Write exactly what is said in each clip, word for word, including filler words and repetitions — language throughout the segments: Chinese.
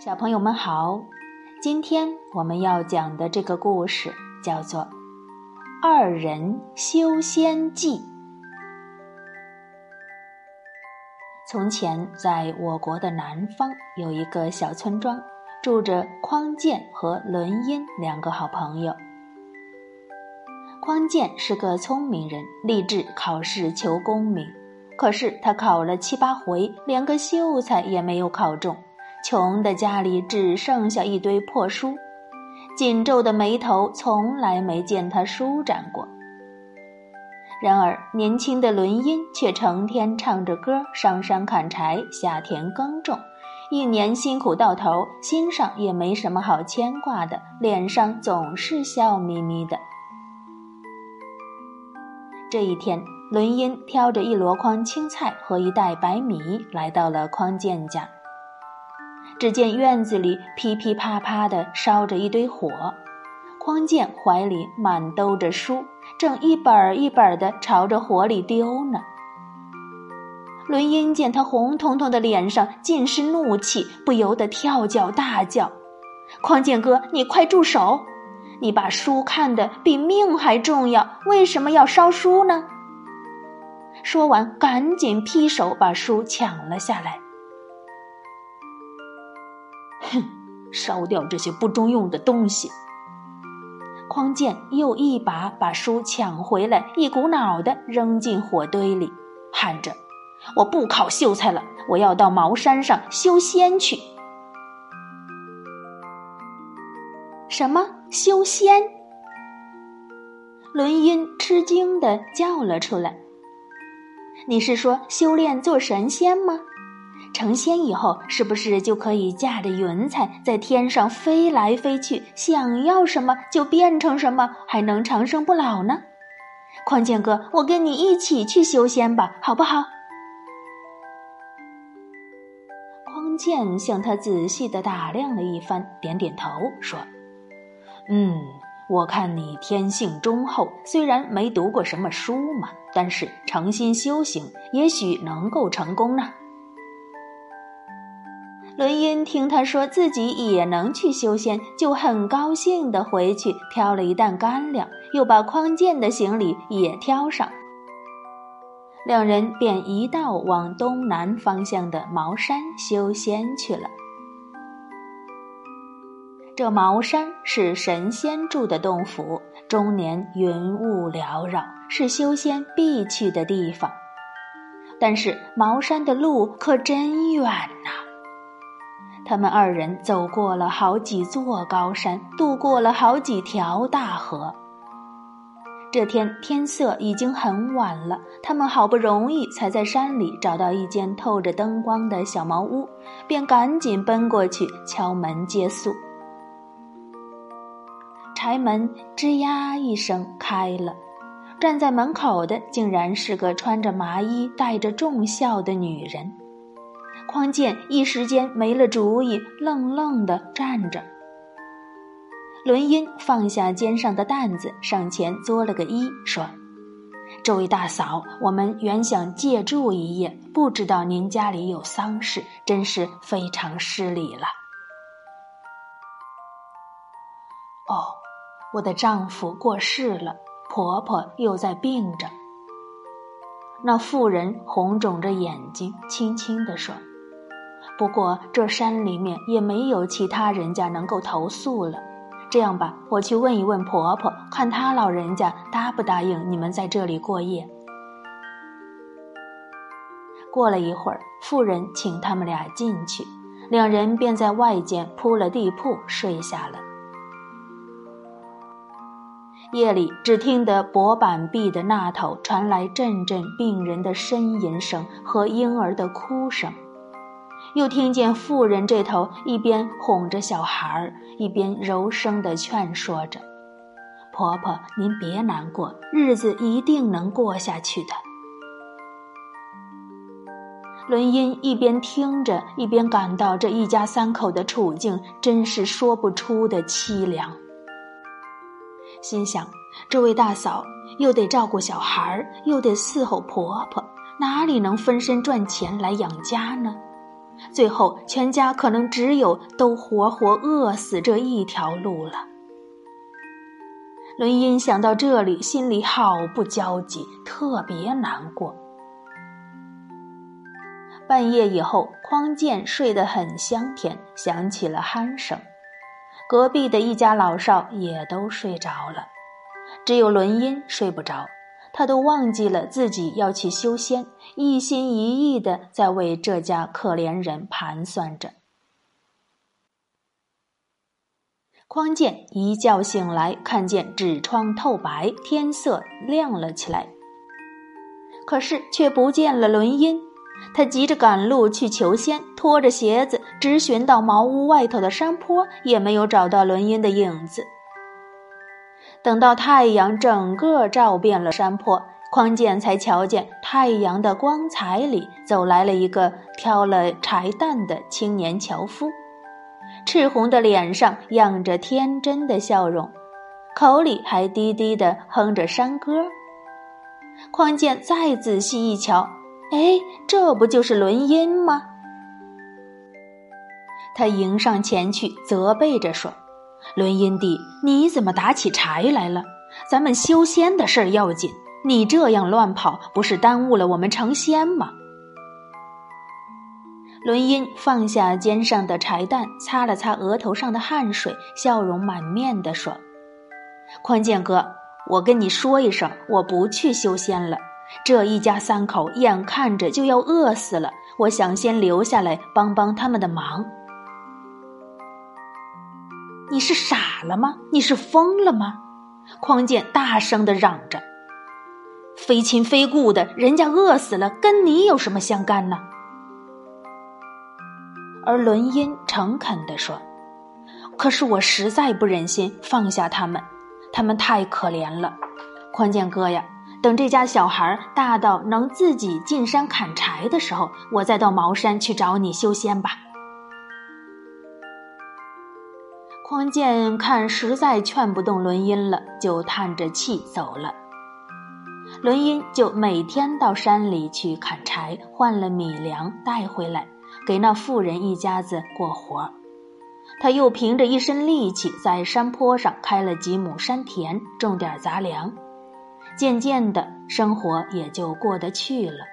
小朋友们好，今天我们要讲的这个故事叫做《二人修仙记》。从前，在我国的南方有一个小村庄，住着匡健和轮音两个好朋友。匡健是个聪明人，立志考试求功名，可是他考了七八回，连个秀才也没有考中，穷的家里只剩下一堆破书，紧皱的眉头从来没见他舒展过。然而年轻的轮音却成天唱着歌，上山砍柴，下田耕种，一年辛苦到头，心上也没什么好牵挂的，脸上总是笑眯眯的。这一天，轮音挑着一箩筐青菜和一袋白米来到了匡健家。只见院子里噼噼啪啪地烧着一堆火，匡健怀里满兜着书，正一本一本地朝着火里丢呢。轮音见他红彤彤的脸上尽是怒气，不由得跳脚大叫：匡健哥，你快住手！你把书看得比命还重要，为什么要烧书呢？说完赶紧劈手把书抢了下来。哼，烧掉这些不中用的东西。匡健又一把把书抢回来，一股脑地扔进火堆里，喊着：我不考秀才了，我要到茅山上修仙去。什么修仙？轮音吃惊地叫了出来。你是说修炼做神仙吗？成仙以后是不是就可以驾着云彩在天上飞来飞去，想要什么就变成什么，还能长生不老呢？匡健哥，我跟你一起去修仙吧，好不好？匡健向他仔细地打量了一番，点点头说：嗯，我看你天性忠厚，虽然没读过什么书嘛，但是诚心修行，也许能够成功呢。轮音听他说自己也能去修仙，就很高兴地回去挑了一担干粮，又把匡健的行李也挑上。两人便一道往东南方向的茅山修仙去了。这茅山是神仙住的洞府，终年云雾缭绕，是修仙必去的地方。但是茅山的路可真远呐！他们二人走过了好几座高山，渡过了好几条大河。这天天色已经很晚了，他们好不容易才在山里找到一间透着灯光的小茅屋，便赶紧奔过去敲门接宿。柴门吱呀一声开了，站在门口的竟然是个穿着麻衣带着重笑的女人。匡健一时间没了主意，愣愣地站着。轮音放下肩上的担子，上前作了个揖，说：这位大嫂，我们原想借住一夜，不知道您家里有丧事，真是非常失礼了。哦，我的丈夫过世了，婆婆又在病着。那妇人红肿着眼睛，轻轻地说：不过这山里面也没有其他人家能够投宿了，这样吧，我去问一问婆婆，看她老人家答不答应你们在这里过夜。过了一会儿，妇人请他们俩进去，两人便在外间铺了地铺睡下了。夜里只听得薄板壁的那头传来阵阵病人的呻吟声和婴儿的哭声，又听见妇人这头一边哄着小孩，一边柔声地劝说着：婆婆，您别难过，日子一定能过下去的。轮音一边听着，一边感到这一家三口的处境真是说不出的凄凉。心想，这位大嫂又得照顾小孩，又得伺候婆婆，哪里能分身赚钱来养家呢？ 最后全家可能只有都活活饿死这一条路了。轮音想到这里，心里好不焦急，特别难过。半夜以后，匡健睡得很香甜，响起了鼾声。隔壁的一家老少也都睡着了，只有轮音睡不着，他都忘记了自己要去修仙，一心一意地在为这家可怜人盘算着。匡健一觉醒来，看见纸窗透白，天色亮了起来，可是却不见了轮音。他急着赶路去求仙，拖着鞋子直寻到茅屋外头的山坡，也没有找到轮音的影子。等到太阳整个照遍了山坡，匡健才瞧见太阳的光彩里走来了一个挑了柴担的青年樵夫，赤红的脸上漾着天真的笑容，口里还低低地哼着山歌。匡健再仔细一瞧，哎，这不就是轮音吗？他迎上前去，责备着说：轮音弟，你怎么打起柴来了？咱们修仙的事儿要紧，你这样乱跑，不是耽误了我们成仙吗？轮音放下肩上的柴担，擦了擦额头上的汗水，笑容满面地说：匡健哥，我跟你说一声，我不去修仙了。这一家三口眼看着就要饿死了，我想先留下来帮帮他们的忙。你是傻了吗？你是疯了吗？匡健大声地嚷着。非亲非故的，人家饿死了，跟你有什么相干呢？而轮音诚恳地说：可是我实在不忍心放下他们，他们太可怜了。匡健哥呀，等这家小孩大到能自己进山砍柴的时候，我再到茅山去找你修仙吧。匡健看实在劝不动轮音了，就叹着气走了。轮音就每天到山里去砍柴，换了米粮带回来，给那妇人一家子过活。他又凭着一身力气，在山坡上开了几亩山田，种点杂粮。渐渐的，生活也就过得去了。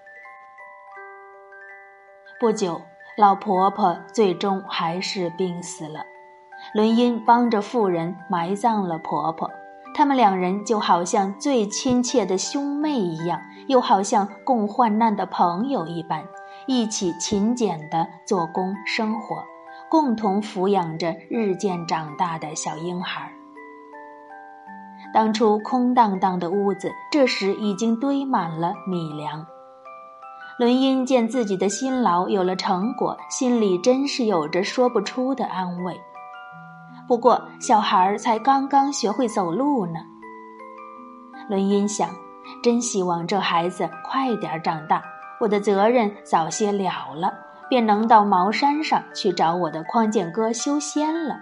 不久，老婆婆最终还是病死了。轮音帮着妇人埋葬了婆婆，他们两人就好像最亲切的兄妹一样，又好像共患难的朋友一般，一起勤俭地做工生活，共同抚养着日渐长大的小婴孩。当初空荡荡的屋子，这时已经堆满了米粮。轮音见自己的辛劳有了成果，心里真是有着说不出的安慰。不过小孩才刚刚学会走路呢。轮音想，真希望这孩子快点长大，我的责任早些了了，便能到茅山上去找我的匡健哥修仙了。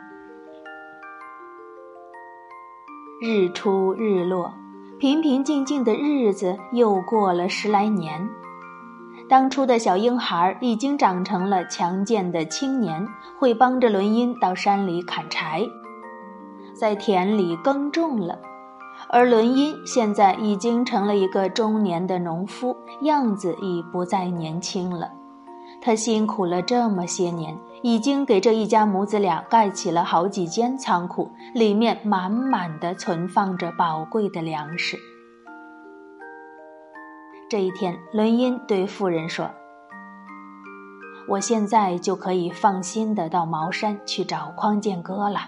日出日落，平平静静的日子又过了十来年。当初的小婴孩已经长成了强健的青年，会帮着轮音到山里砍柴，在田里耕种了。而轮音现在已经成了一个中年的农夫，样子已不再年轻了。他辛苦了这么些年，已经给这一家母子俩盖起了好几间仓库，里面满满的存放着宝贵的粮食。这一天，轮音对妇人说：我现在就可以放心地到茅山去找匡健哥了。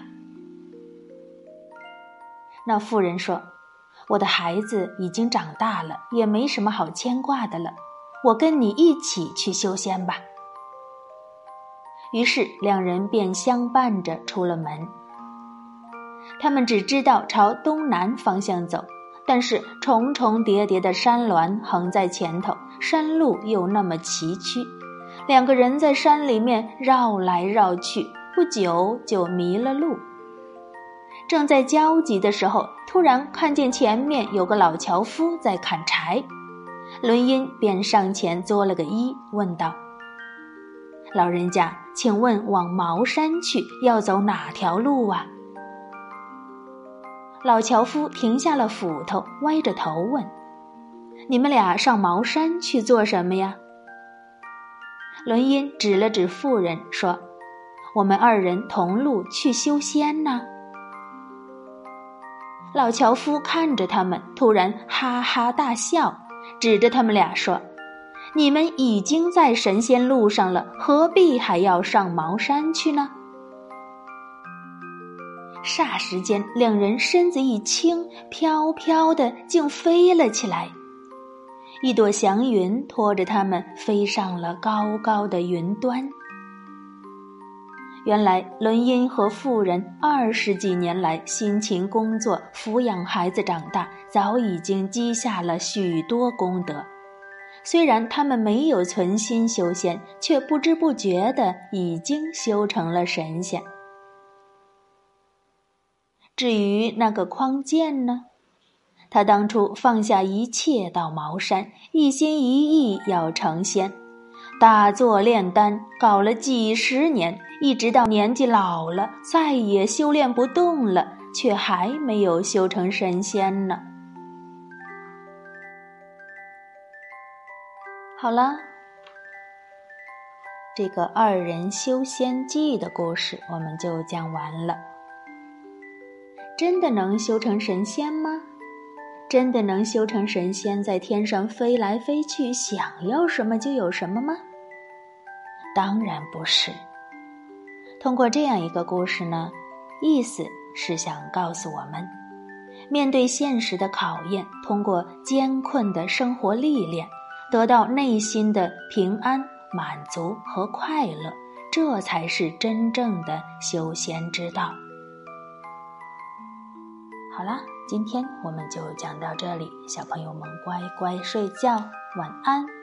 那妇人说：我的孩子已经长大了，也没什么好牵挂的了，我跟你一起去修仙吧。于是两人便相伴着出了门。他们只知道朝东南方向走，但是重重叠叠的山峦横在前头，山路又那么崎岖，两个人在山里面绕来绕去，不久就迷了路。正在焦急的时候，突然看见前面有个老樵夫在砍柴，轮音便上前作了个揖，问道： 老人家，请问往茅山去要走哪条路啊？老樵夫停下了斧头，歪着头问：你们俩上茅山去做什么呀？轮音指了指妇人说：我们二人同路去修仙呢。老樵夫看着他们，突然哈哈大笑，指着他们俩说：你们已经在神仙路上了，何必还要上茅山去呢？霎时间，两人身子一轻，飘飘的竟飞了起来。一朵祥云拖着他们飞上了高高的云端。原来轮音和妇人二十几年来辛勤工作，抚养孩子长大，早已经积下了许多功德。虽然他们没有存心修仙，却不知不觉地已经修成了神仙。至于那个匡健呢，他当初放下一切到茅山，一心一意要成仙，打坐炼丹，搞了几十年，一直到年纪老了，再也修炼不动了，却还没有修成神仙呢。好了，这个二人修仙记的故事我们就讲完了。真的能修成神仙吗？真的能修成神仙，在天上飞来飞去，想要什么就有什么吗？当然不是。通过这样一个故事呢，意思是想告诉我们，面对现实的考验，通过艰困的生活历练，得到内心的平安、满足和快乐，这才是真正的修仙之道。好啦，今天我们就讲到这里，小朋友们乖乖睡觉，晚安。